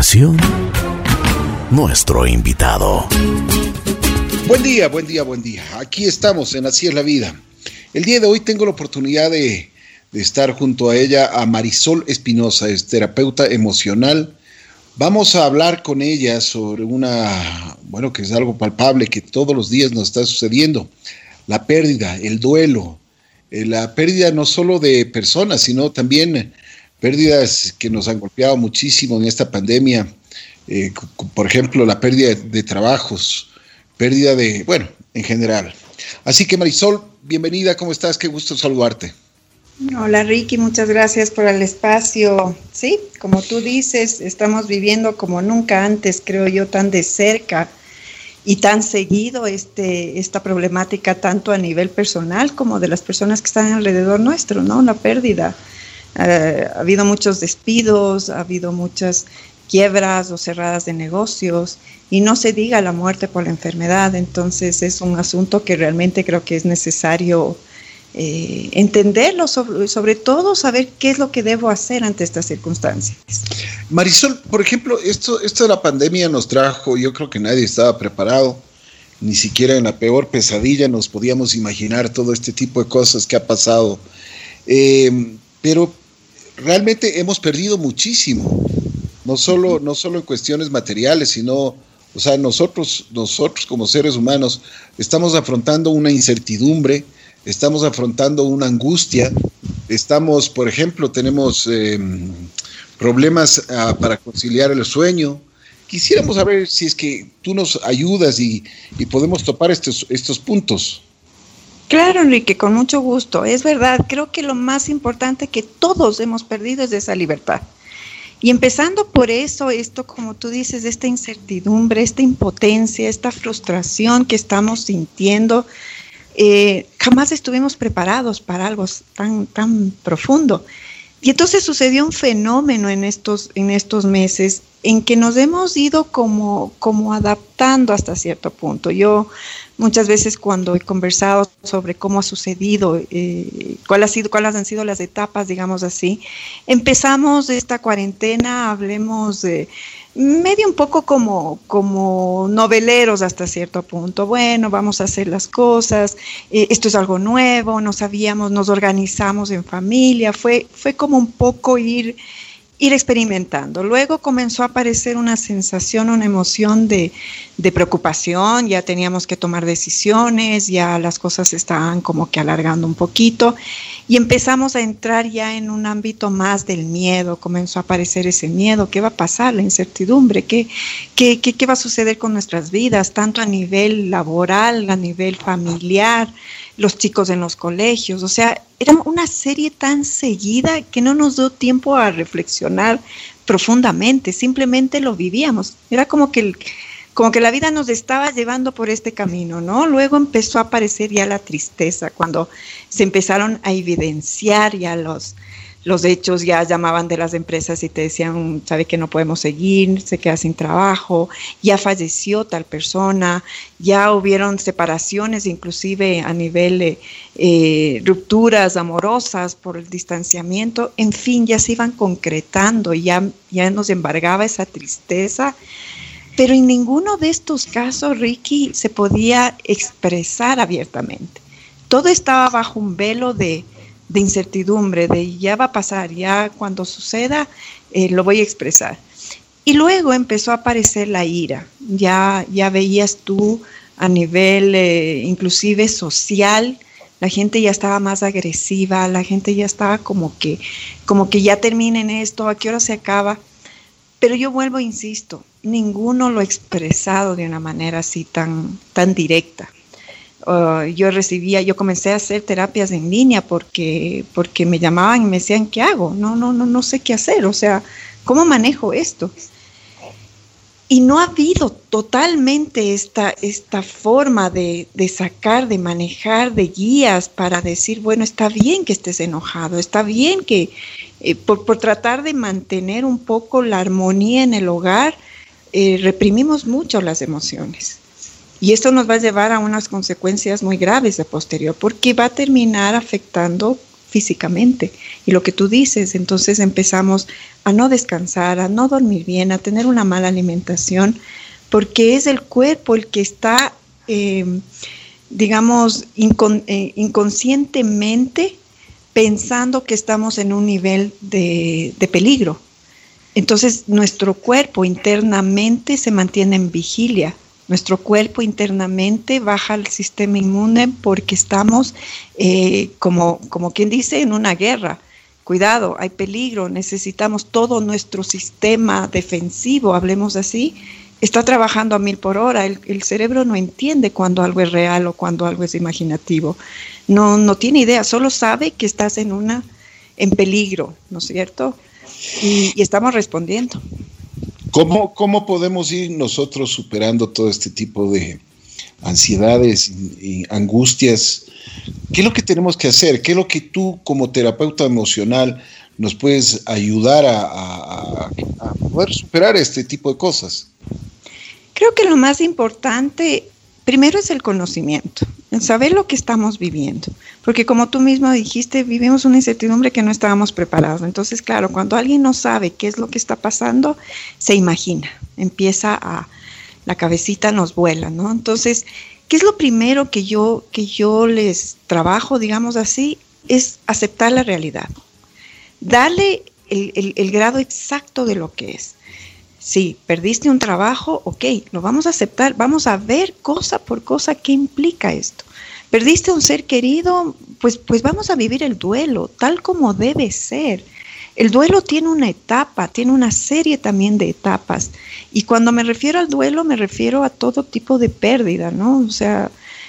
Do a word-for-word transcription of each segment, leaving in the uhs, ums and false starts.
continuación, nuestro invitado. Buen día, buen día, buen día. Aquí estamos en Así es la Vida. El día de hoy tengo la oportunidad de, de estar junto a ella, a Marisol Espinosa, es terapeuta emocional. Vamos a hablar con ella sobre una, bueno, que es algo palpable que todos los días nos está sucediendo. La pérdida, el duelo, eh, la pérdida no solo de personas, sino también pérdidas que nos han golpeado muchísimo en esta pandemia. Eh, por ejemplo, la pérdida de, de trabajos, pérdida de, bueno, en general. Así que Marisol, bienvenida, ¿cómo estás? Qué gusto saludarte. Hola Ricky, muchas gracias por el espacio. Sí, como tú dices, estamos viviendo como nunca antes, creo yo, tan de cerca y tan seguido este, esta problemática tanto a nivel personal como de las personas que están alrededor nuestro, ¿no? La pérdida. Uh, ha habido muchos despidos, ha habido muchas quiebras o cerradas de negocios y no se diga la muerte por la enfermedad. Entonces es un asunto que realmente creo que es necesario Eh, entenderlo, sobre, sobre todo saber qué es lo que debo hacer ante estas circunstancias. Marisol, por ejemplo, esto, esto de la pandemia nos trajo, yo creo que nadie estaba preparado, ni siquiera en la peor pesadilla nos podíamos imaginar todo este tipo de cosas que ha pasado, eh, pero realmente hemos perdido muchísimo, no solo, no solo en cuestiones materiales, sino, o sea, nosotros, nosotros como seres humanos estamos afrontando una incertidumbre. Estamos afrontando una angustia, estamos, por ejemplo, tenemos eh, problemas uh, para conciliar el sueño. Quisiéramos saber si es que tú nos ayudas y, y podemos topar estos, estos puntos. Claro, Enrique, con mucho gusto. Es verdad, creo que lo más importante que todos hemos perdido es esa libertad. Y empezando por eso, esto, como tú dices, esta incertidumbre, esta impotencia, esta frustración que estamos sintiendo, Eh, jamás estuvimos preparados para algo tan, tan profundo. Y entonces sucedió un fenómeno en estos, en estos meses en que nos hemos ido como, como adaptando hasta cierto punto. Yo muchas veces cuando he conversado sobre cómo ha sucedido, eh, cuál ha sido, cuáles han sido las etapas, digamos así, empezamos esta cuarentena, hablemos de medio un poco como, como noveleros hasta cierto punto. Bueno, vamos a hacer las cosas, eh, esto es algo nuevo, no sabíamos, nos organizamos en familia, fue, fue como un poco ir, ir experimentando. Luego comenzó a aparecer una sensación, una emoción de, de preocupación, ya teníamos que tomar decisiones, ya las cosas se estaban como que alargando un poquito y empezamos a entrar ya en un ámbito más del miedo. Comenzó a aparecer ese miedo, ¿qué va a pasar? La incertidumbre, ¿qué, qué, qué, qué va a suceder con nuestras vidas, tanto a nivel laboral, a nivel familiar, los chicos en los colegios? O sea, era una serie tan seguida que no nos dio tiempo a reflexionar profundamente, simplemente lo vivíamos. Era como que, el, como que la vida nos estaba llevando por este camino, ¿no? Luego empezó a aparecer ya la tristeza, cuando se empezaron a evidenciar ya los, los hechos, ya llamaban de las empresas y te decían, sabe que no podemos seguir, se queda sin trabajo, ya falleció tal persona, ya hubieron separaciones, inclusive a nivel de eh, rupturas amorosas por el distanciamiento, en fin, ya se iban concretando, ya, ya nos embargaba esa tristeza, pero en ninguno de estos casos, Ricky, se podía expresar abiertamente. Todo estaba bajo un velo de de incertidumbre, de ya va a pasar, ya cuando suceda eh, lo voy a expresar. Y luego empezó a aparecer la ira, ya, ya veías tú a nivel eh, inclusive social, la gente ya estaba más agresiva, la gente ya estaba como que, como que ya terminen esto, ¿a qué hora se acaba? Pero yo vuelvo, insisto, ninguno lo ha expresado de una manera así tan, tan directa. Uh, yo recibía, yo comencé a hacer terapias en línea porque, porque me llamaban y me decían, ¿qué hago? No, no, no, no sé qué hacer, o sea, ¿cómo manejo esto? Y no ha habido totalmente esta, esta forma de, de sacar, de manejar, de guías para decir, bueno, está bien que estés enojado, está bien que eh, por, por tratar de mantener un poco la armonía en el hogar, eh, reprimimos mucho las emociones. Y esto nos va a llevar a unas consecuencias muy graves de posterior, porque va a terminar afectando físicamente. Y lo que tú dices, entonces empezamos a no descansar, a no dormir bien, a tener una mala alimentación, porque es el cuerpo el que está, eh, digamos, incon- eh, inconscientemente pensando que estamos en un nivel de, de peligro. Entonces, nuestro cuerpo internamente se mantiene en vigilia. Nuestro cuerpo internamente baja el sistema inmune porque estamos, eh, como, como quien dice, en una guerra. Cuidado, hay peligro, necesitamos todo nuestro sistema defensivo, hablemos así, está trabajando a mil por hora. El, el cerebro no entiende cuando algo es real o cuando algo es imaginativo. No, no tiene idea, solo sabe que estás en, una, en peligro, ¿no es cierto? Y, y estamos respondiendo. ¿Cómo, ¿Cómo podemos ir nosotros superando todo este tipo de ansiedades y, y angustias? ¿Qué es lo que tenemos que hacer? ¿Qué es lo que tú como terapeuta emocional nos puedes ayudar a, a, a poder superar este tipo de cosas? Creo que lo más importante primero es el conocimiento, el saber lo que estamos viviendo, porque como tú mismo dijiste, vivimos una incertidumbre que no estábamos preparados. Entonces, claro, cuando alguien no sabe qué es lo que está pasando, se imagina, empieza a, la cabecita nos vuela, ¿no? Entonces, ¿qué es lo primero que yo, que yo les trabajo, digamos así? Es aceptar la realidad, darle el, el, el grado exacto de lo que es. Sí, perdiste un trabajo, ok, lo vamos a aceptar, vamos a ver cosa por cosa qué implica esto. Perdiste un ser querido, pues, pues vamos a vivir el duelo, tal como debe ser. El duelo tiene una etapa, tiene una serie también de etapas. Y cuando me refiero al duelo, me refiero a todo tipo de pérdida, ¿no? O sea,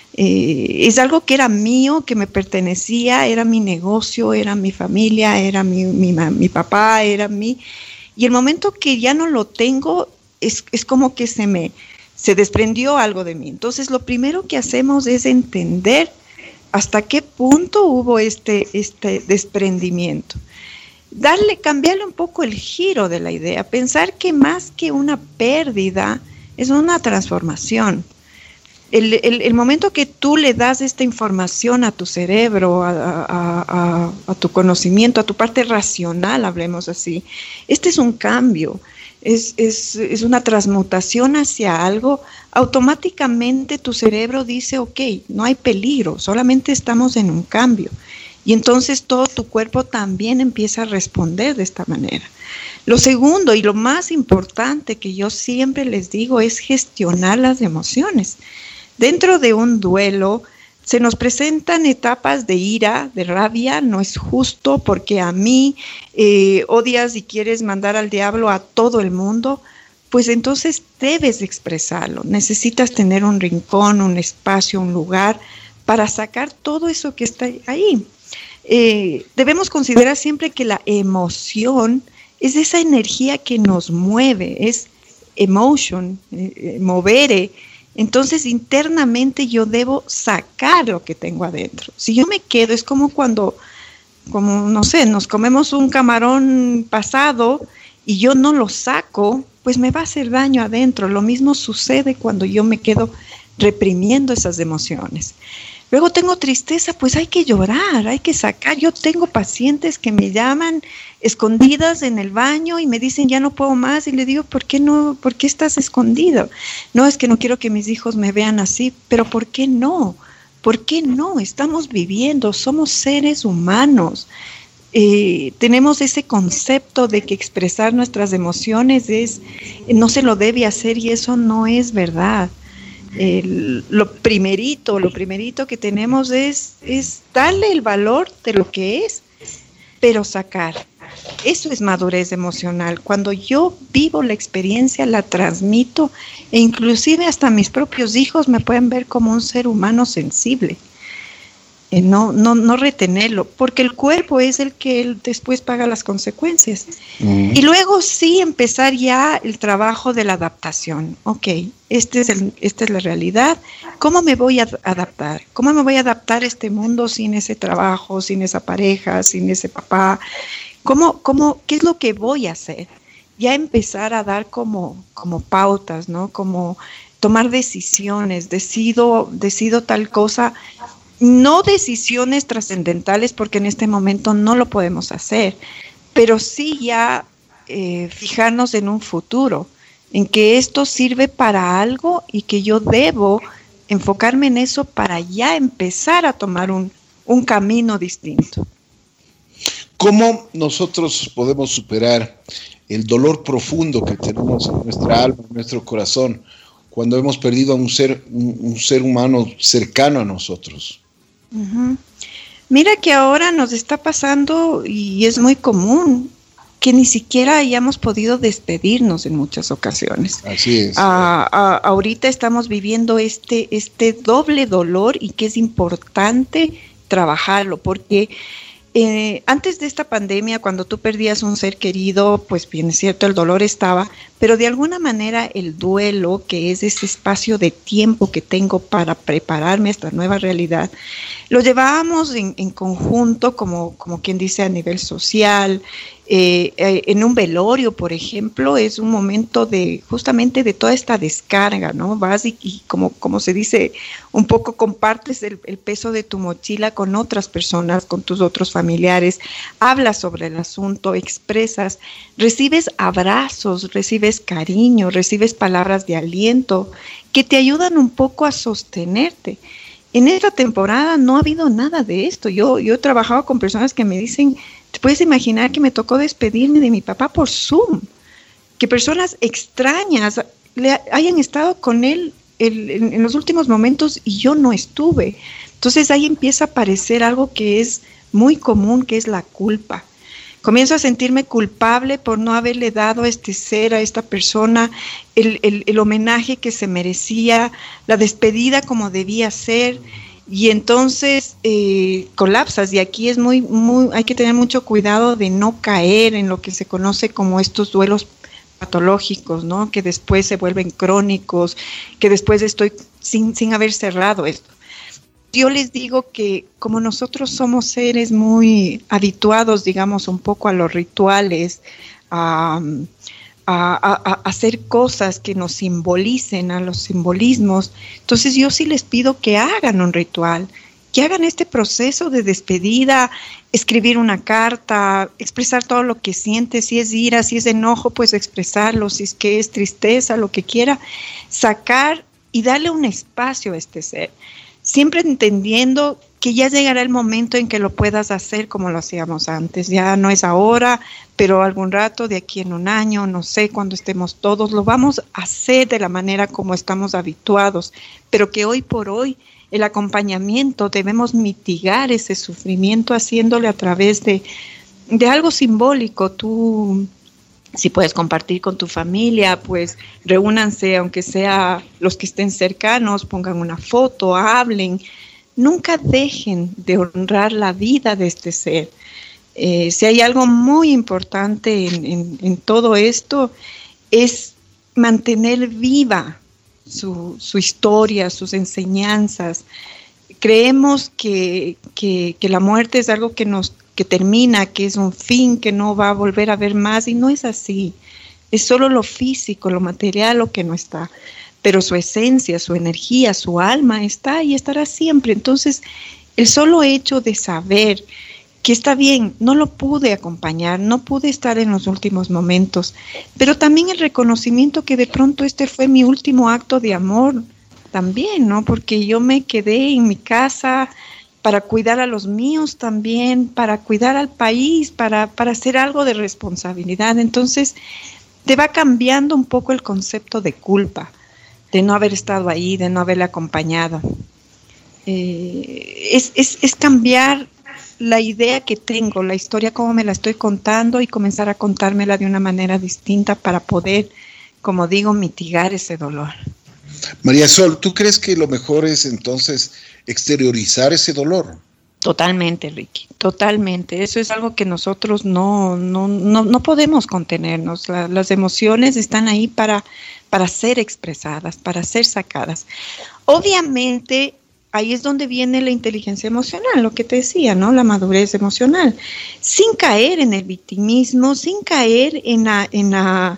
eh, es algo que era mío, que me pertenecía, era mi negocio, era mi familia, era mi, mi, mi papá, era mi... Y el momento que ya no lo tengo, es, es como que se me se desprendió algo de mí. Entonces, lo primero que hacemos es entender hasta qué punto hubo este, este desprendimiento. Darle, cambiarle un poco el giro de la idea, pensar que más que una pérdida, es una transformación. El, el, el momento que tú le das esta información a tu cerebro, a, a, a, a tu conocimiento, a tu parte racional, hablemos así, este es un cambio, es, es, es una transmutación hacia algo. Automáticamente tu cerebro dice, ok, no hay peligro, solamente estamos en un cambio. Y entonces todo tu cuerpo también empieza a responder de esta manera. Lo segundo y lo más importante que yo siempre les digo es gestionar las emociones. Dentro de un duelo se nos presentan etapas de ira, de rabia, no es justo porque a mí eh, odias y quieres mandar al diablo a todo el mundo, pues entonces debes expresarlo. Necesitas tener un rincón, un espacio, un lugar para sacar todo eso que está ahí. Eh, debemos considerar siempre que la emoción es esa energía que nos mueve, es emotion, eh, movere. Entonces, internamente yo debo sacar lo que tengo adentro. Si yo me quedo, es como cuando, como no sé, nos comemos un camarón pasado y yo no lo saco, pues me va a hacer daño adentro. Lo mismo sucede cuando yo me quedo reprimiendo esas emociones. Luego tengo tristeza, pues hay que llorar, hay que sacar. Yo tengo pacientes que me llaman escondidas en el baño y me dicen ya no puedo más, y le digo, ¿por qué no? ¿Por qué estás escondido? No, es que no quiero que mis hijos me vean así, pero ¿por qué no? ¿Por qué no? Estamos viviendo, somos seres humanos. Eh, tenemos ese concepto de que expresar nuestras emociones es, no se lo debe hacer, y eso no es verdad. El, lo primerito, lo primerito que tenemos es, es darle el valor de lo que es, pero sacar. Eso es madurez emocional. Cuando yo vivo la experiencia, la transmito, e inclusive hasta mis propios hijos me pueden ver como un ser humano sensible. Eh, no, no, no retenerlo, porque el cuerpo es el que él después paga las consecuencias. Mm. Y luego sí empezar ya el trabajo de la adaptación. Ok, este es el, esta es la realidad. ¿Cómo me voy a adaptar? ¿Cómo me voy a adaptar a este mundo sin ese trabajo, sin esa pareja, sin ese papá? ¿Cómo, cómo, ¿Qué es lo que voy a hacer? Ya empezar a dar como, como pautas, ¿no? Como tomar decisiones. Decido, decido tal cosa. no decisiones trascendentales, porque en este momento no lo podemos hacer, pero sí ya eh, fijarnos en un futuro, en que esto sirve para algo y que yo debo enfocarme en eso para ya empezar a tomar un, un camino distinto. ¿Cómo nosotros podemos superar el dolor profundo que tenemos en nuestra alma, en nuestro corazón, cuando hemos perdido a un ser, un, un ser humano cercano a nosotros? Uh-huh. Mira que ahora nos está pasando, y es muy común, que ni siquiera hayamos podido despedirnos en muchas ocasiones. Así es. Ah, ah, ahorita estamos viviendo este, este doble dolor, y que es importante trabajarlo, porque Eh, antes de esta pandemia, cuando tú perdías un ser querido, pues bien es cierto, el dolor estaba, pero de alguna manera el duelo, que es ese espacio de tiempo que tengo para prepararme a esta nueva realidad, lo llevábamos en, en conjunto, como, como quien dice, a nivel social. Eh, eh, en un velorio, por ejemplo, es un momento de justamente de toda esta descarga, ¿no? Vas y, y como, como se dice, un poco compartes el, el peso de tu mochila con otras personas, con tus otros familiares, hablas sobre el asunto, expresas, recibes abrazos, recibes cariño, recibes palabras de aliento que te ayudan un poco a sostenerte. En esta temporada no ha habido nada de esto. Yo, yo he trabajado con personas que me dicen, ¿te puedes imaginar que me tocó despedirme de mi papá por Zoom? Que personas extrañas le hayan estado con él el, en, en los últimos momentos y yo no estuve. Entonces ahí empieza a aparecer algo que es muy común, que es la culpa. Comienzo a sentirme culpable por no haberle dado a este ser, a esta persona, el, el, el homenaje que se merecía, la despedida como debía ser. Y entonces eh, colapsas, y aquí es muy, muy, hay que tener mucho cuidado de no caer en lo que se conoce como estos duelos patológicos, ¿no? Que después se vuelven crónicos, que después estoy sin, sin haber cerrado esto. Yo les digo que como nosotros somos seres muy habituados, digamos, un poco a los rituales, a, a, a, a hacer cosas que nos simbolicen, a los simbolismos, entonces yo sí les pido que hagan un ritual, que hagan este proceso de despedida, escribir una carta, expresar todo lo que sientes, si es ira, si es enojo, pues expresarlo, si es que es tristeza, lo que quiera, sacar y darle un espacio a este ser. Siempre entendiendo que ya llegará el momento en que lo puedas hacer como lo hacíamos antes. Ya no es ahora, pero algún rato, de aquí en un año, no sé, cuando estemos todos, lo vamos a hacer de la manera como estamos habituados. Pero que hoy por hoy el acompañamiento, debemos mitigar ese sufrimiento haciéndole a través de, de algo simbólico. Tú... Si puedes compartir con tu familia, pues reúnanse, aunque sea los que estén cercanos, pongan una foto, hablen. Nunca dejen de honrar la vida de este ser. Eh, si hay algo muy importante en, en, en todo esto, es mantener viva su, su historia, sus enseñanzas. Creemos que, que, que la muerte es algo que nos que termina, que es un fin, que no va a volver a ver más, y no es así. Es solo lo físico, lo material lo que no está, pero su esencia, su energía, su alma está y estará siempre. Entonces, el solo hecho de saber que está bien, no lo pude acompañar, no pude estar en los últimos momentos, pero también el reconocimiento que de pronto este fue mi último acto de amor también, ¿no? Porque yo me quedé en mi casa para cuidar a los míos también, para cuidar al país, para, para hacer algo de responsabilidad. Entonces, te va cambiando un poco el concepto de culpa, de no haber estado ahí, de no haberle acompañado. Eh, es, es, es cambiar la idea que tengo, la historia como me la estoy contando, y comenzar a contármela de una manera distinta para poder, como digo, mitigar ese dolor. María Sol, ¿tú crees que lo mejor es entonces exteriorizar ese dolor? Totalmente, Ricky, totalmente. Eso es algo que nosotros no, no, no, no podemos contenernos. La, las emociones están ahí para, para ser expresadas, para ser sacadas. Obviamente, ahí es donde viene la inteligencia emocional, lo que te decía, ¿no? La madurez emocional. Sin caer en el victimismo, sin caer en la... En la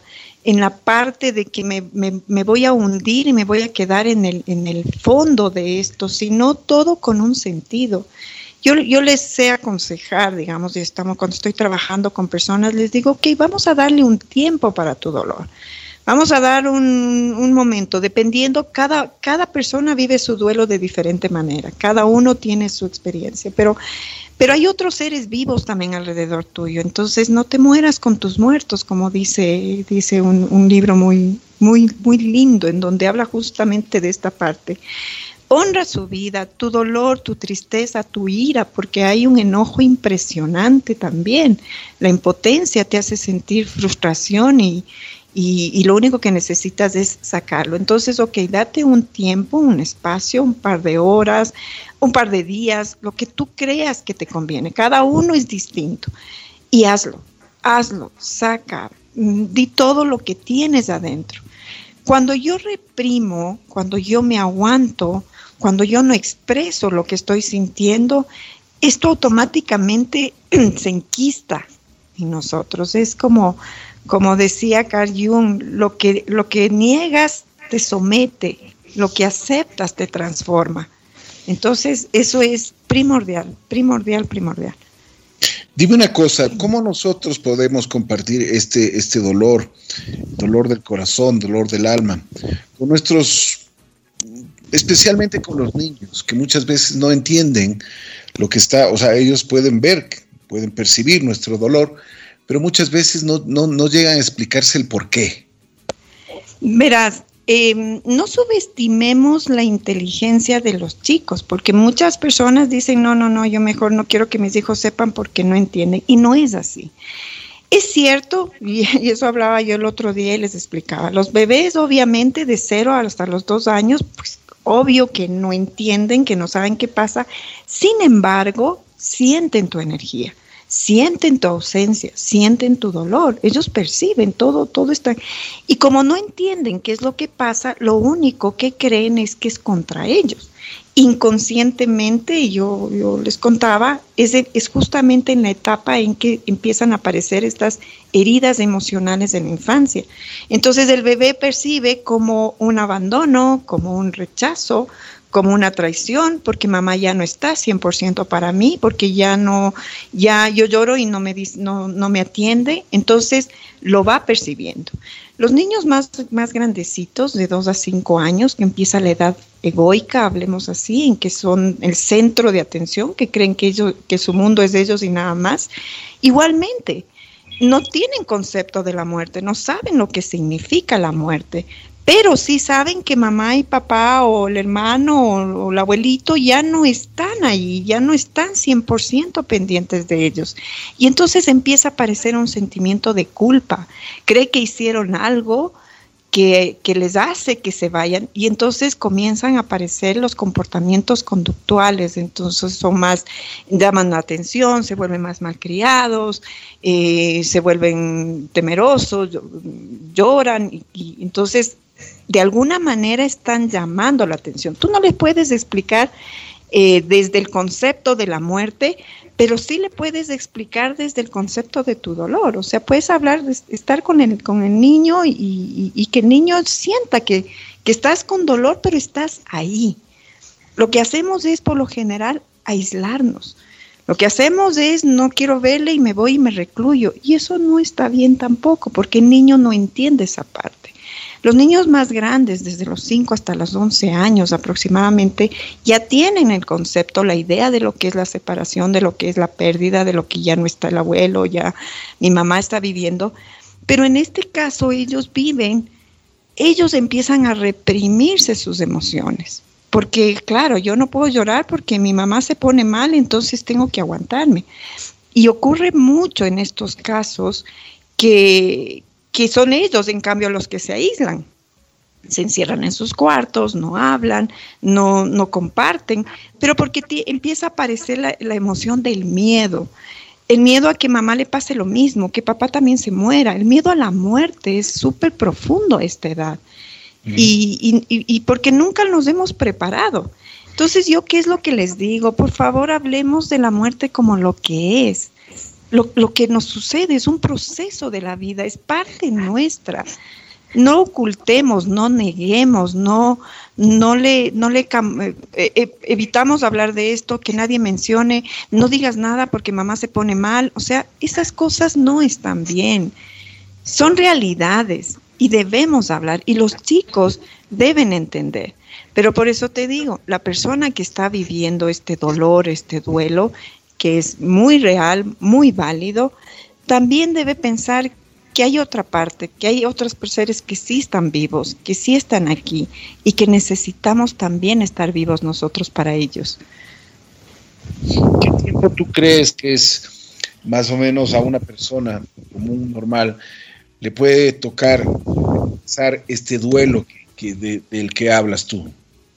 en la parte de que me, me, me voy a hundir y me voy a quedar en el, en el fondo de esto, sino todo con un sentido. Yo, yo les sé aconsejar, digamos, y estamos, cuando estoy trabajando con personas, les digo, ok, vamos a darle un tiempo para tu dolor. Vamos a dar un, un momento, dependiendo, cada, cada persona vive su duelo de diferente manera, cada uno tiene su experiencia, pero, pero hay otros seres vivos también alrededor tuyo, entonces no te mueras con tus muertos, como dice, dice un, un libro muy, muy, muy lindo, en donde habla justamente de esta parte. Honra su vida, tu dolor, tu tristeza, tu ira, porque hay un enojo impresionante también. La impotencia te hace sentir frustración y, y, y lo único que necesitas es sacarlo. Entonces, ok, date un tiempo, un espacio, un par de horas, un par de días, lo que tú creas que te conviene. Cada uno es distinto. Y hazlo, hazlo, saca, di todo lo que tienes adentro. Cuando yo reprimo, cuando yo me aguanto, cuando yo no expreso lo que estoy sintiendo, esto automáticamente se enquista en nosotros. Es como, como decía Carl Jung, lo que, lo que niegas te somete, lo que aceptas te transforma. Entonces, eso es primordial, primordial, primordial. Dime una cosa, ¿cómo nosotros podemos compartir este, este dolor, dolor del corazón, dolor del alma, con nuestros, especialmente con los niños, que muchas veces no entienden lo que está, o sea, ellos pueden ver, pueden percibir nuestro dolor, pero muchas veces no, no, no llegan a explicarse el por qué? Verás, Eh, no subestimemos la inteligencia de los chicos, porque muchas personas dicen, no, no, no, yo mejor no quiero que mis hijos sepan porque no entienden, y no es así. Es cierto, y, y eso hablaba yo el otro día y les explicaba, los bebés obviamente de cero hasta los dos años, pues obvio que no entienden, que no saben qué pasa, sin embargo, sienten tu energía. Sienten tu ausencia, sienten tu dolor, ellos perciben todo, todo está. Y como no entienden qué es lo que pasa, lo único que creen es que es contra ellos. Inconscientemente, yo, yo les contaba, es, es justamente en la etapa en que empiezan a aparecer estas heridas emocionales en la infancia. Entonces el bebé percibe como un abandono, como un rechazo, como una traición, porque mamá ya no está cien por ciento para mí, porque ya no, ya yo lloro y no me, no, no me atiende, entonces lo va percibiendo. Los niños más, más grandecitos, de dos a cinco años, que empieza la edad egoica, hablemos así, en que son el centro de atención, que creen que, ellos, que su mundo es de ellos y nada más, igualmente, no tienen concepto de la muerte, no saben lo que significa la muerte, pero sí saben que mamá y papá o el hermano o, o el abuelito ya no están ahí, ya no están cien por ciento pendientes de ellos. Y entonces empieza a aparecer un sentimiento de culpa. Cree que hicieron algo que, que les hace que se vayan y entonces comienzan a aparecer los comportamientos conductuales. Entonces son más, llaman la atención, se vuelven más malcriados, eh, se vuelven temerosos, lloran y, y entonces de alguna manera están llamando la atención. Tú no les puedes explicar eh, desde el concepto de la muerte, pero sí le puedes explicar desde el concepto de tu dolor. O sea, puedes hablar, de estar con el, con el niño y, y, y que el niño sienta que, que estás con dolor, pero estás ahí. Lo que hacemos es, por lo general, aislarnos. Lo que hacemos es, no quiero verle y me voy y me recluyo. Y eso no está bien tampoco, porque el niño no entiende esa parte. Los niños más grandes, desde los cinco hasta los once años aproximadamente, ya tienen el concepto, la idea de lo que es la separación, de lo que es la pérdida, de lo que ya no está el abuelo, ya mi mamá está viviendo. Pero en este caso ellos viven, ellos empiezan a reprimirse sus emociones. Porque claro, yo no puedo llorar porque mi mamá se pone mal, entonces tengo que aguantarme. Y ocurre mucho en estos casos que... que son ellos, en cambio, los que se aíslan. Se encierran en sus cuartos, no hablan, no, no comparten, pero porque t- empieza a aparecer la, la emoción del miedo. El miedo a que mamá le pase lo mismo, que papá también se muera. El miedo a la muerte es súper profundo a esta edad. Mm. Y, y, y porque nunca nos hemos preparado. Entonces, ¿yo qué es lo que les digo? Por favor, hablemos de la muerte como lo que es. Lo, lo que nos sucede es un proceso de la vida, es parte nuestra. No ocultemos, no neguemos, no, no le, no le eh, evitamos hablar de esto, que nadie mencione, no digas nada porque mamá se pone mal. O sea, esas cosas no están bien. Son realidades y debemos hablar y los chicos deben entender. Pero por eso te digo, la persona que está viviendo este dolor, este duelo, que es muy real, muy válido, también debe pensar que hay otra parte, que hay otros seres que sí están vivos, que sí están aquí y que necesitamos también estar vivos nosotros para ellos. ¿Qué tiempo tú crees que es más o menos a una persona común, normal, le puede tocar pasar este duelo que, que de, del que hablas tú?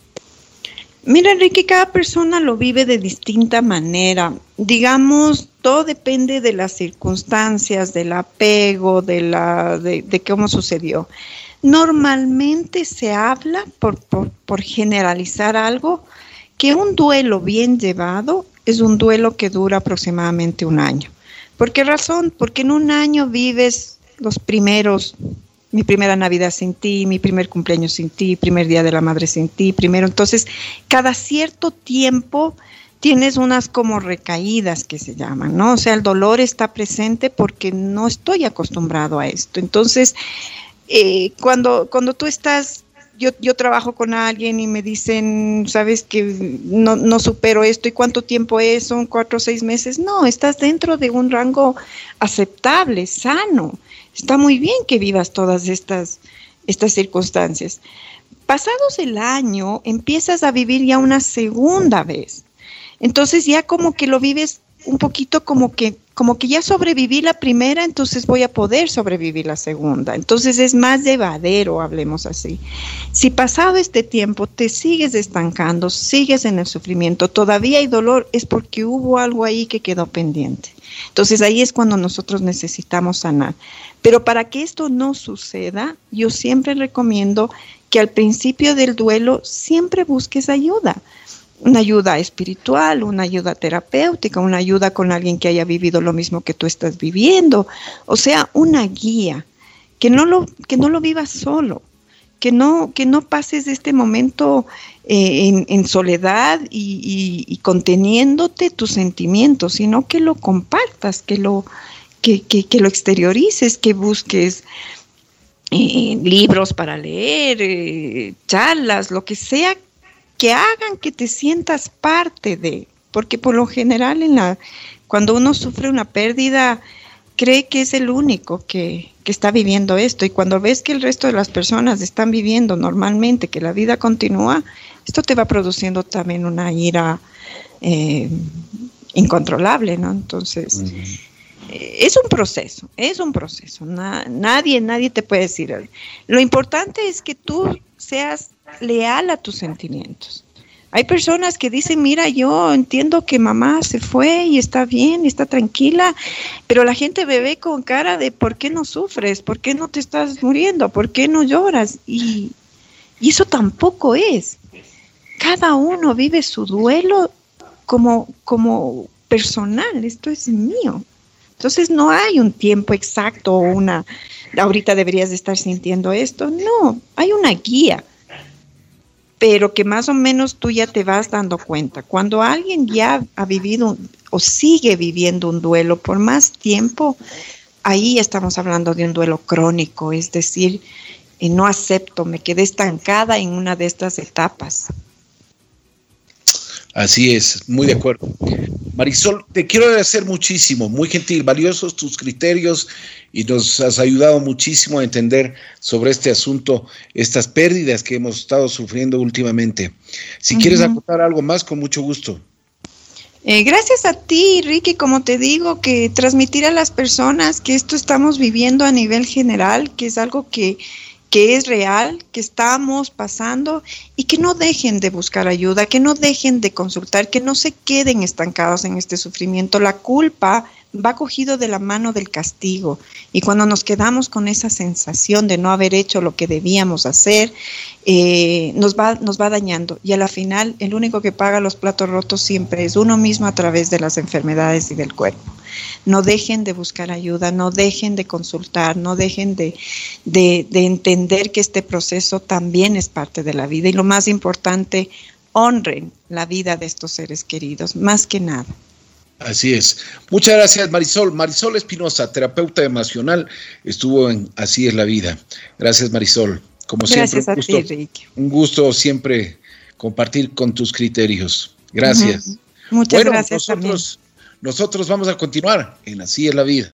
Mira, Enrique, cada persona lo vive de distinta manera. Digamos, todo depende de las circunstancias, del apego, de la, de, de cómo sucedió. Normalmente se habla, por, por, por generalizar algo, que un duelo bien llevado es un duelo que dura aproximadamente un año. ¿Por qué razón? Porque en un año vives los primeros, mi primera Navidad sin ti, mi primer cumpleaños sin ti, primer día de la madre sin ti, primero. Entonces, cada cierto tiempo tienes unas como recaídas que se llaman, ¿no? O sea, el dolor está presente porque no estoy acostumbrado a esto. Entonces, eh, cuando, cuando tú estás, yo, yo trabajo con alguien y me dicen, sabes que no, no supero esto, ¿y cuánto tiempo es? ¿Son cuatro o seis meses? No, estás dentro de un rango aceptable, sano. Está muy bien que vivas todas estas, estas circunstancias. Pasados el año, empiezas a vivir ya una segunda vez. Entonces ya como que lo vives un poquito como que, como que ya sobreviví la primera, entonces voy a poder sobrevivir la segunda. Entonces es más llevadero, hablemos así. Si pasado este tiempo te sigues estancando, sigues en el sufrimiento, todavía hay dolor, es porque hubo algo ahí que quedó pendiente. Entonces ahí es cuando nosotros necesitamos sanar. Pero para que esto no suceda, yo siempre recomiendo que al principio del duelo siempre busques ayuda. Una ayuda espiritual, una ayuda terapéutica, una ayuda con alguien que haya vivido lo mismo que tú estás viviendo. O sea, una guía, que no lo, que no lo vivas solo, que no, que no pases este momento eh, en, en soledad y, y, y conteniéndote tus sentimientos, sino que lo compartas, que lo, que, que, que lo exteriorices, que busques eh, libros para leer, eh, charlas, lo que sea, que hagan que te sientas parte de, porque por lo general en la, cuando uno sufre una pérdida, cree que es el único que, que está viviendo esto, y cuando ves que el resto de las personas están viviendo normalmente, que la vida continúa, esto te va produciendo también una ira eh, incontrolable, ¿no? Entonces, uh-huh. eh, es un proceso, es un proceso, Na, nadie, nadie te puede decir. Lo importante es que tú seas leal a tus sentimientos. Hay personas que dicen, mira, yo entiendo que mamá se fue y está bien, está tranquila, pero la gente me ve con cara de ¿por qué no sufres? ¿Por qué no te estás muriendo? ¿Por qué no lloras? Y, y eso tampoco es. Cada uno vive su duelo como, como personal, esto es mío. Entonces no hay un tiempo exacto o una, ahorita deberías de estar sintiendo esto. No, hay una guía, pero que más o menos tú ya te vas dando cuenta. Cuando alguien ya ha vivido o sigue viviendo un duelo por más tiempo, ahí estamos hablando de un duelo crónico, es decir, eh, no acepto, me quedé estancada en una de estas etapas. Así es, muy de acuerdo. Marisol, te quiero agradecer muchísimo, muy gentil, valiosos tus criterios y nos has ayudado muchísimo a entender sobre este asunto, estas pérdidas que hemos estado sufriendo últimamente. Si uh-huh. quieres acotar algo más, con mucho gusto. Eh, gracias a ti, Ricky, como te digo, que transmitir a las personas que esto estamos viviendo a nivel general, que es algo que que es real, que estamos pasando y que no dejen de buscar ayuda, que no dejen de consultar, que no se queden estancados en este sufrimiento. La culpa va cogido de la mano del castigo, y cuando nos quedamos con esa sensación de no haber hecho lo que debíamos hacer, eh, nos va, nos va dañando, y a la final el único que paga los platos rotos siempre es uno mismo a través de las enfermedades y del cuerpo. No dejen de buscar ayuda, no dejen de consultar, no dejen de, de, de entender que este proceso también es parte de la vida, y lo más importante, honren la vida de estos seres queridos, más que nada. Así es. Muchas gracias, Marisol. Marisol Espinosa, terapeuta emocional, estuvo en Así es la vida. Gracias, Marisol. Como gracias siempre, un gusto, a ti, Ricky. Un gusto siempre compartir con tus criterios. Gracias. Uh-huh. Muchas bueno, gracias nosotros, nosotros vamos a continuar en Así es la vida.